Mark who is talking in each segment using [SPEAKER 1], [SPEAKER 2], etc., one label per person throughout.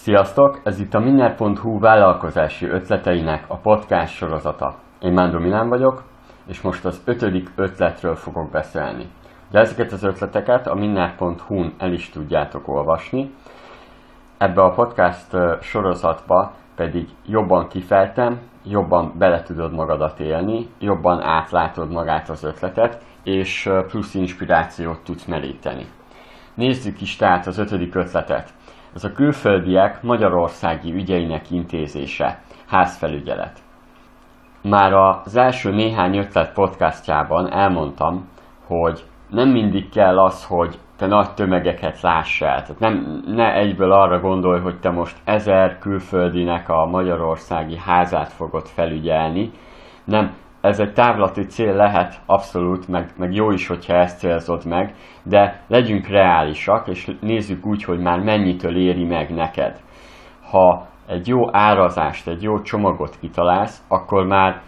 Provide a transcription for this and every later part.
[SPEAKER 1] Sziasztok! Ez itt a Minner.hu vállalkozási ötleteinek a podcast sorozata. Én Mándor Milán vagyok, és most az 5. ötletről fogok beszélni. De ezeket az ötleteket a Minner.hu-n el is tudjátok olvasni. Ebbe a podcast sorozatba pedig jobban kifejtem, jobban bele tudod magadat élni, jobban átlátod magát az ötletet, és plusz inspirációt tudsz meríteni. Nézzük is tehát az 5. ötletet. Ez a külföldiek magyarországi ügyeinek intézése, házfelügyelet. Már az első néhány ötlet podcastjában elmondtam, hogy nem mindig kell az, hogy te nagy tömegeket láss el. Tehát ne egyből arra gondolj, hogy te most 1000 külföldinek a magyarországi házát fogod felügyelni. Nem, ez egy távlati cél lehet, abszolút, meg jó is, hogyha ezt célzod meg, de legyünk reálisak, és nézzük úgy, hogy már mennyitől éri meg neked. Ha egy jó árazást, egy jó csomagot kitalálsz, akkor már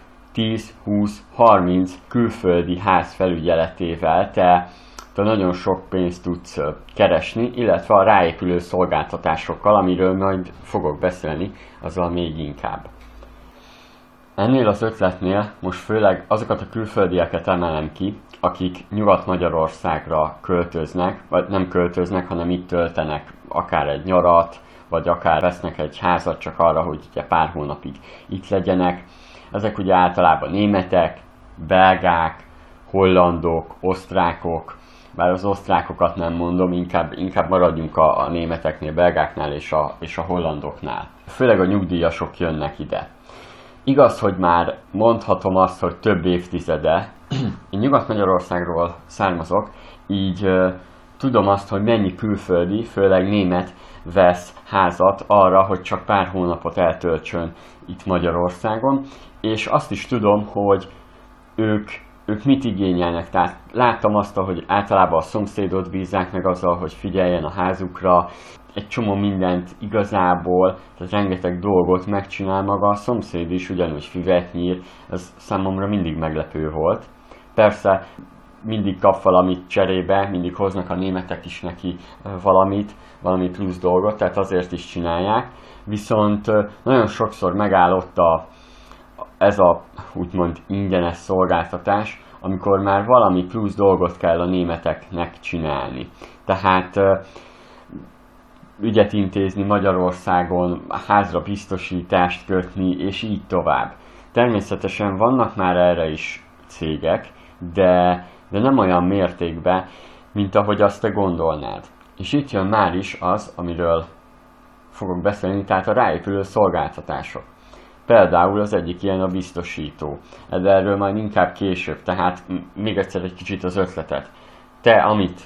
[SPEAKER 1] 10-20-30 külföldi ház felügyeletével te nagyon sok pénzt tudsz keresni, illetve a ráépülő szolgáltatásokkal, amiről majd fogok beszélni, azzal még inkább. Ennél az ötletnél most főleg azokat a külföldieket emelem ki, akik Nyugat-Magyarországra költöznek, vagy nem költöznek, hanem itt töltenek akár egy nyarat, vagy akár vesznek egy házat csak arra, hogy ugye pár hónapig itt legyenek. Ezek ugye általában németek, belgák, hollandok, osztrákok, bár az osztrákokat nem mondom, inkább maradjunk a németeknél, belgáknál és a hollandoknál. Főleg a nyugdíjasok jönnek ide. Igaz, hogy már mondhatom azt, hogy több évtizede, én Nyugat-Magyarországról származok, így tudom azt, hogy mennyi külföldi, főleg német vesz házat arra, hogy csak pár hónapot eltöltsön itt Magyarországon, és azt is tudom, hogy ők mit igényelnek. Tehát láttam azt, hogy általában a szomszédot bízzák meg azzal, hogy figyeljen a házukra, egy csomó mindent igazából, tehát rengeteg dolgot megcsinál maga a szomszéd is, ugyanúgy füvet nyír, ez számomra mindig meglepő volt. Persze mindig kap valamit cserébe, mindig hoznak a németek is neki valami plusz dolgot, tehát azért is csinálják. Viszont nagyon sokszor megállott ez a úgymond ingyenes szolgáltatás, amikor már valami plusz dolgot kell a németeknek csinálni. Tehát ügyet intézni Magyarországon, házra biztosítást kötni, és így tovább. Természetesen vannak már erre is cégek, de nem olyan mértékben, mint ahogy azt te gondolnád. És itt jön már is az, amiről fogok beszélni, tehát a ráépülő szolgáltatások. Például az egyik ilyen a biztosító. De erről majd inkább később, tehát még egyszer egy kicsit az ötletet. Te, amit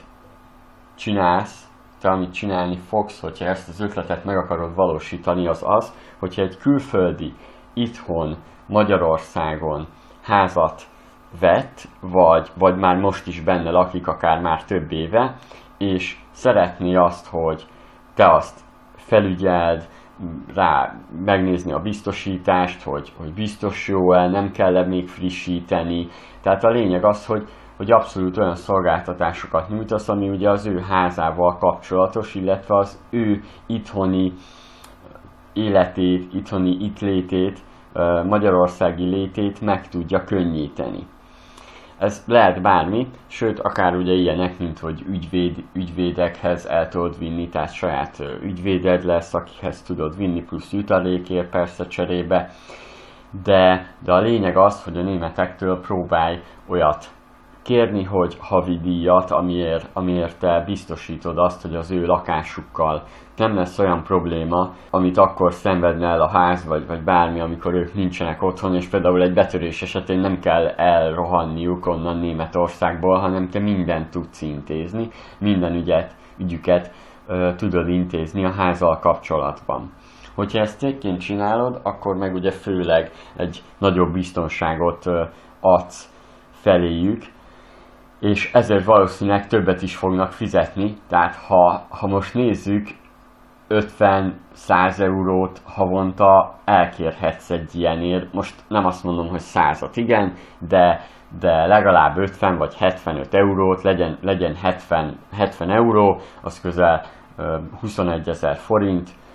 [SPEAKER 1] csinálni fogsz, hogyha ezt az ötletet meg akarod valósítani, az, hogyha egy külföldi itthon, Magyarországon házat vett, vagy már most is benne lakik, akár már több éve, és szeretné azt, hogy te azt felügyeld, rá megnézni a biztosítást, hogy biztos jó-e, nem kell még frissíteni. Tehát a lényeg az, hogy abszolút olyan szolgáltatásokat nyújtasz, ami ugye az ő házával kapcsolatos, illetve az ő itthoni életét, itthoni itt létét, magyarországi létét meg tudja könnyíteni. Ez lehet bármi, sőt, akár ugye ilyenek, mint hogy ügyvédekhez el tudod vinni, tehát saját ügyvéded lesz, akihez tudod vinni, plusz jutalékért persze cserébe. De a lényeg az, hogy a németektől próbálj olyat kérni, hogy havi díjat, amiért te biztosítod azt, hogy az ő lakásukkal nem lesz olyan probléma, amit akkor szenvedne el a ház, vagy bármi, amikor ők nincsenek otthon, és például egy betörés esetén nem kell elrohanniuk onnan Németországból, hanem te mindent tudsz intézni, minden ügyüket tudod intézni a házzal kapcsolatban. Hogyha ezt cégként csinálod, akkor meg ugye főleg egy nagyobb biztonságot adsz feléjük, és ezért valószínűleg többet is fognak fizetni, tehát ha most nézzük, 50-100 eurót havonta elkérhetsz egy ilyenért. Most nem azt mondom, hogy 100-at, igen, de legalább 50 vagy 75 eurót, legyen 70 euró, az közel 21 000 forint,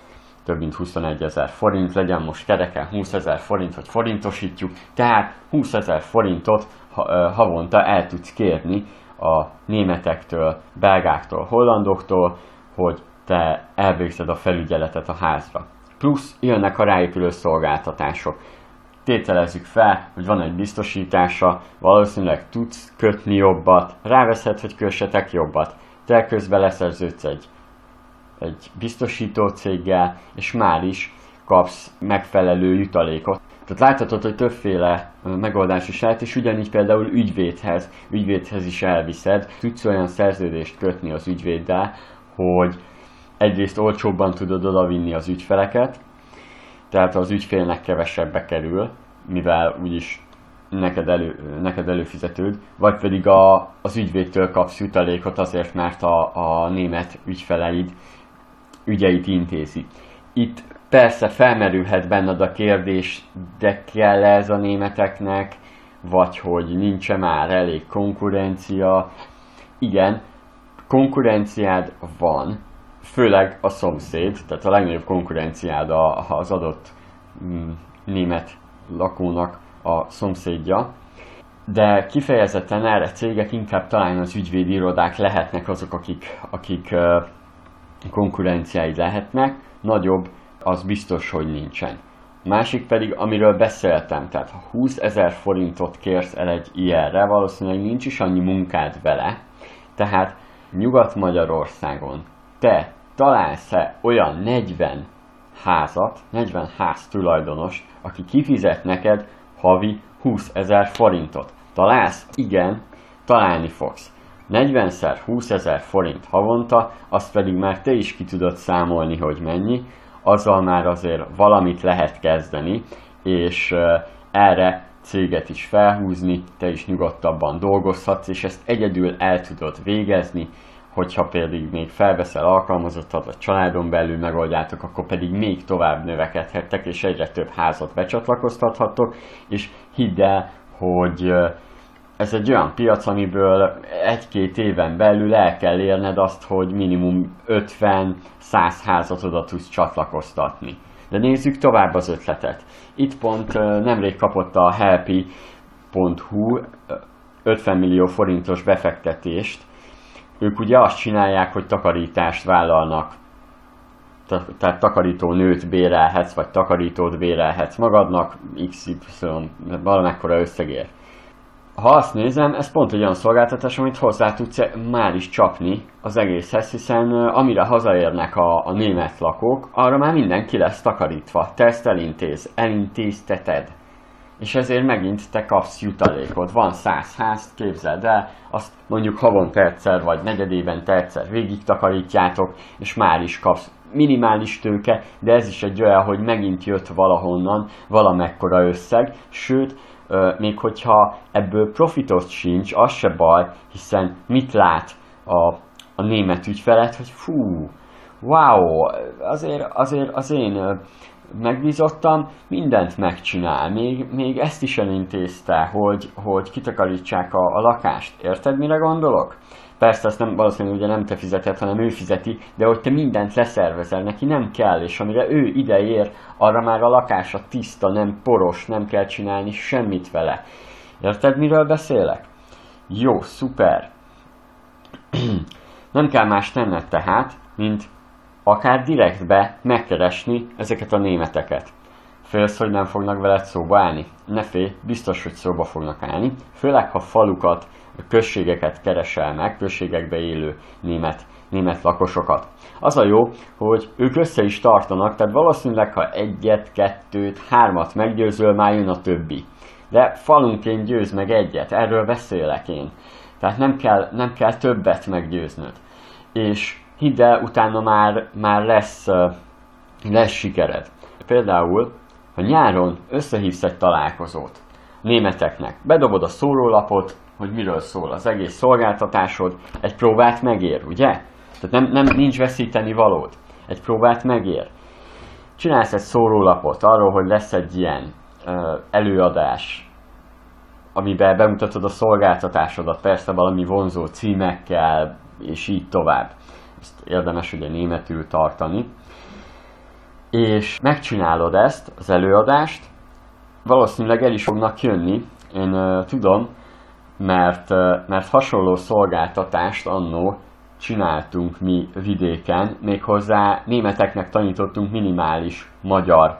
[SPEAKER 1] több mint 21 000 forint, legyen most kereken 20 000 forint, hogy forintosítjuk, tehát 20 000 forintot havonta el tudsz kérni a németektől, belgáktól, hollandoktól, hogy te elvégzed a felügyeletet a házra. Plusz jönnek a ráépülő szolgáltatások. Tételezzük fel, hogy van egy biztosítása, valószínűleg tudsz kötni jobbat, ráveszed, hogy kössetek jobbat. Te közben leszerződsz egy biztosító céggel, és már is kapsz megfelelő jutalékot. Tehát láthatod, hogy többféle megoldás is lehet, és ugyanígy például ügyvédhez is elviszed. Tudsz olyan szerződést kötni az ügyvéddel, hogy egyrészt olcsóbban tudod odavinni az ügyfeleket, tehát az ügyfélnek kevesebbe kerül, mivel úgyis neked előfizetőd, vagy pedig az ügyvédtől kapsz jutalékot azért, mert a német ügyfeleid ügyeit intézi. Itt persze felmerülhet benned a kérdés, de kell ez a németeknek, vagy hogy nincs már elég konkurencia. Igen, konkurenciád van, főleg a szomszéd, tehát a legnagyobb konkurenciád az adott német lakónak a szomszédja, de kifejezetten erre cégek, inkább talán az ügyvédi irodák lehetnek azok, akik konkurenciái lehetnek, nagyobb az biztos, hogy nincsen. Másik pedig, amiről beszéltem, tehát ha 20 000 forintot kérsz el egy ilyenre, valószínűleg nincs is annyi munkád vele, tehát Nyugat-Magyarországon te találsz-e olyan 40 ház tulajdonost, aki kifizet neked havi 20 000 forintot? Találsz? Igen, találni fogsz. 40-szer 20 000 forint havonta, azt pedig már te is ki tudod számolni, hogy mennyi, azzal már azért valamit lehet kezdeni, és erre céget is felhúzni, te is nyugodtabban dolgozhatsz, és ezt egyedül el tudod végezni, hogyha pedig még felveszel alkalmazottat, vagy családon belül megoldjátok, akkor pedig még tovább növekedhettek, és egyre több házat becsatlakoztathattok, és hidd el, hogy ez egy olyan piac, amiből 1-2 éven belül el kell érned azt, hogy minimum 50-100 házat oda tudsz csatlakoztatni. De nézzük tovább az ötletet. Itt pont nemrég kapott a Helpi.hu 50 millió forintos befektetést. Ők ugye azt csinálják, hogy takarítást vállalnak, tehát takarító nőt bérelhetsz, vagy takarítót bérelhetsz magadnak, XY valamekkora összegért. Ha azt nézem, ez pont egy olyan szolgáltatás, amit hozzá tudsz már is csapni az egészhez, hiszen amire hazaérnek a német lakók, arra már mindenki lesz takarítva. Te ezt elintézteted. És ezért megint te kapsz jutalékot. Van 100 házt, képzeld el, azt mondjuk havonta egyszer, vagy negyedévente egyszer végig takarítjátok, és már is kapsz minimális tőke, de ez is egy olyan, hogy megint jött valahonnan valamekkora összeg, sőt, még hogyha ebből profitot sincs, az se baj, hiszen mit lát a német ügyfelet, hogy wow, azért az én megbízottam, mindent megcsinál, még ezt is elintézte, hogy kitakarítsák a lakást. Érted, mire gondolok? Persze ezt nem, valószínűleg ugye nem te fizeted, hanem ő fizeti, de hogy te mindent leszervezel, neki nem kell, és amire ő ideér, arra már a lakása tiszta, nem poros, nem kell csinálni semmit vele. Érted, miről beszélek? Jó, szuper. Nem kell más tenned tehát, mint akár direktbe megkeresni ezeket a németeket. Félsz, hogy nem fognak veled szóba állni? Ne félj, biztos, hogy szóba fognak állni. Főleg, ha falukat, községeket keresel meg, községekbe élő német lakosokat. Az a jó, hogy ők össze is tartanak, tehát valószínűleg, ha 1, 2, 3 meggyőzöl, már jön a többi. De falunként győz meg 1, erről beszélek én. Tehát nem kell többet meggyőznöd. És hidd el, utána már lesz sikered. Például, ha nyáron összehívsz egy találkozót németeknek, bedobod a szórólapot, hogy miről szól az egész szolgáltatásod, egy próbát megér, ugye? Tehát nincs veszíteni valód. Egy próbát megér. Csinálsz egy szórólapot arról, hogy lesz egy ilyen előadás, amiben bemutatod a szolgáltatásodat, persze valami vonzó címekkel, és így tovább. Ezt érdemes ugye németül tartani. és megcsinálod ezt, az előadást, valószínűleg el is fognak jönni, én tudom, mert hasonló szolgáltatást annó csináltunk mi vidéken, méghozzá németeknek tanítottunk minimális magyar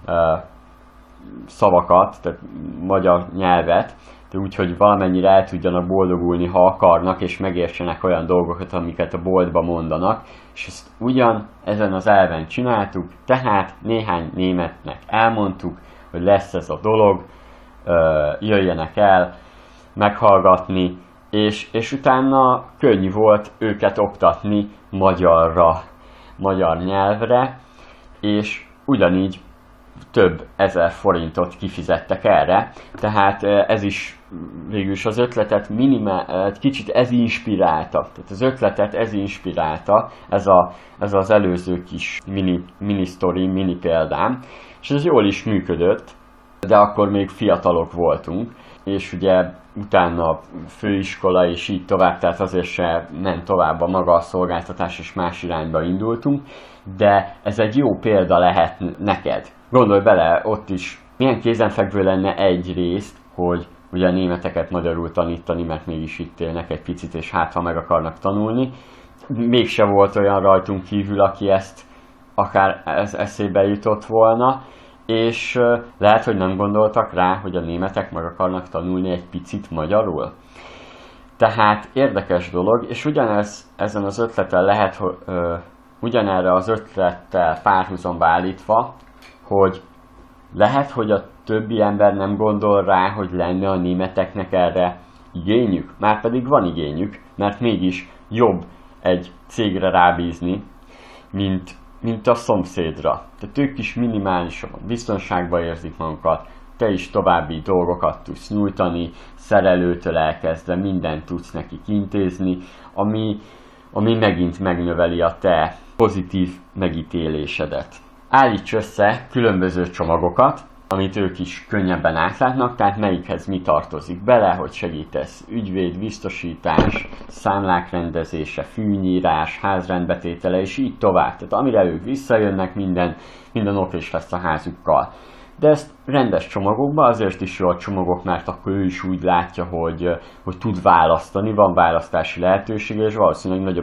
[SPEAKER 1] szavakat, tehát magyar nyelvet, úgyhogy valamennyire el tudjanak boldogulni, ha akarnak, és megértsenek olyan dolgokat, amiket a boltba mondanak, és ezt ugyan ezen az elven csináltuk, tehát néhány németnek elmondtuk, hogy lesz ez a dolog, jöjjenek el meghallgatni, és utána könnyű volt őket oktatni magyarra, magyar nyelvre, és ugyanígy több ezer forintot kifizettek erre, tehát ez is végülis az ötletet kicsit ez inspirálta, tehát az ötletet ez inspirálta, ez az előző kis mini sztori, mini példám, és ez jól is működött, de akkor még fiatalok voltunk, és ugye utána főiskola és így tovább, tehát azért se ment tovább a maga a szolgáltatás, és más irányba indultunk, de ez egy jó példa lehet neked. Gondolj bele, ott is milyen kézenfekvő lenne egy részt, hogy ugye a németeket magyarul tanítani, mert mégis itt élnek egy picit, és hát ha meg akarnak tanulni. Mégse volt olyan rajtunk kívül, aki ezt akár ez eszébe jutott volna, és lehet, hogy nem gondoltak rá, hogy a németek meg akarnak tanulni egy picit magyarul. Tehát érdekes dolog, és ezen az ötleten lehet, ugyanerre az ötlettel párhuzamba állítva, hogy lehet, hogy a többi ember nem gondol rá, hogy lenne a németeknek erre igényük, márpedig van igényük, mert mégis jobb egy cégre rábízni, mint a szomszédra. Tehát ők is minimálisan biztonságban érzik magukat, te is további dolgokat tudsz nyújtani, szerelőtől elkezdve mindent tudsz nekik intézni, ami megint megnöveli a te pozitív megítélésedet. Állíts össze különböző csomagokat, amit ők is könnyebben átlátnak, tehát melyikhez mi tartozik bele, hogy segítesz ügyvédbiztosítás, számlák rendezése, fűnyírás, házrendbetétele, és így tovább. Tehát amire ők visszajönnek, minden okés lesz a házukkal. De ezt rendes csomagokba, azért is jó a csomagok, mert akkor ő is úgy látja, hogy tud választani, van választási lehetősége, és valószínűleg nagyobb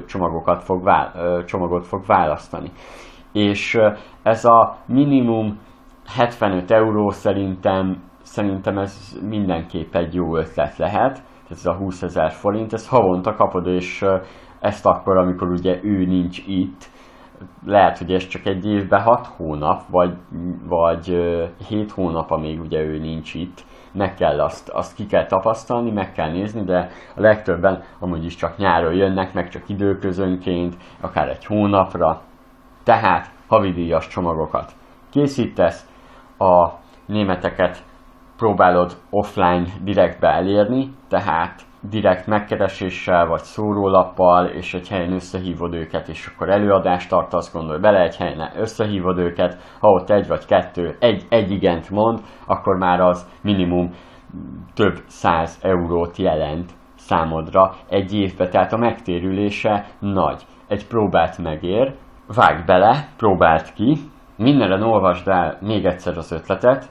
[SPEAKER 1] csomagot fog választani. És ez a minimum 75 euró szerintem ez mindenképp egy jó ötlet lehet. Ez a 20 000 forint, ezt havonta kapod, és ezt akkor, amikor ugye ő nincs itt, lehet, hogy ez csak egy évben 6 hónap, vagy 7 hónap, amíg ugye ő nincs itt. Meg kell azt ki kell tapasztalni, meg kell nézni, de a legtöbben amúgy is csak nyáron jönnek, meg csak időközönként, akár egy hónapra. Tehát havidíjas csomagokat készítesz, a németeket próbálod offline direktbe elérni, tehát direkt megkereséssel vagy szórólappal, és egy helyen összehívod őket, és akkor előadást tartasz, gondolj bele, egy helyen összehívod őket, ha ott egy vagy kettő, egy igent mond, akkor már az minimum több 100 eurót jelent számodra egy évbe, tehát a megtérülése nagy. Egy próbát megér, vágj bele, próbáld ki, mindenre olvasd el még egyszer az ötletet,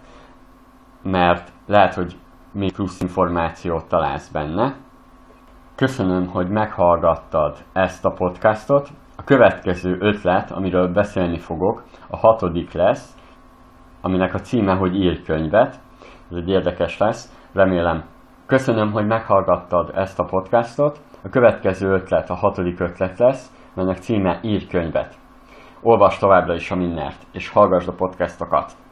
[SPEAKER 1] mert lehet, hogy még plusz információt találsz benne. Köszönöm, hogy meghallgattad ezt a podcastot. A következő ötlet, amiről beszélni fogok, a 6. lesz, aminek a címe, hogy írj könyvet. Ez egy érdekes lesz, remélem. Köszönöm, hogy meghallgattad ezt a podcastot. A következő ötlet, a 6. ötlet lesz, melynek címe írj könyvet. Olvasd továbbra is a Minnert, és hallgassd a podcastokat.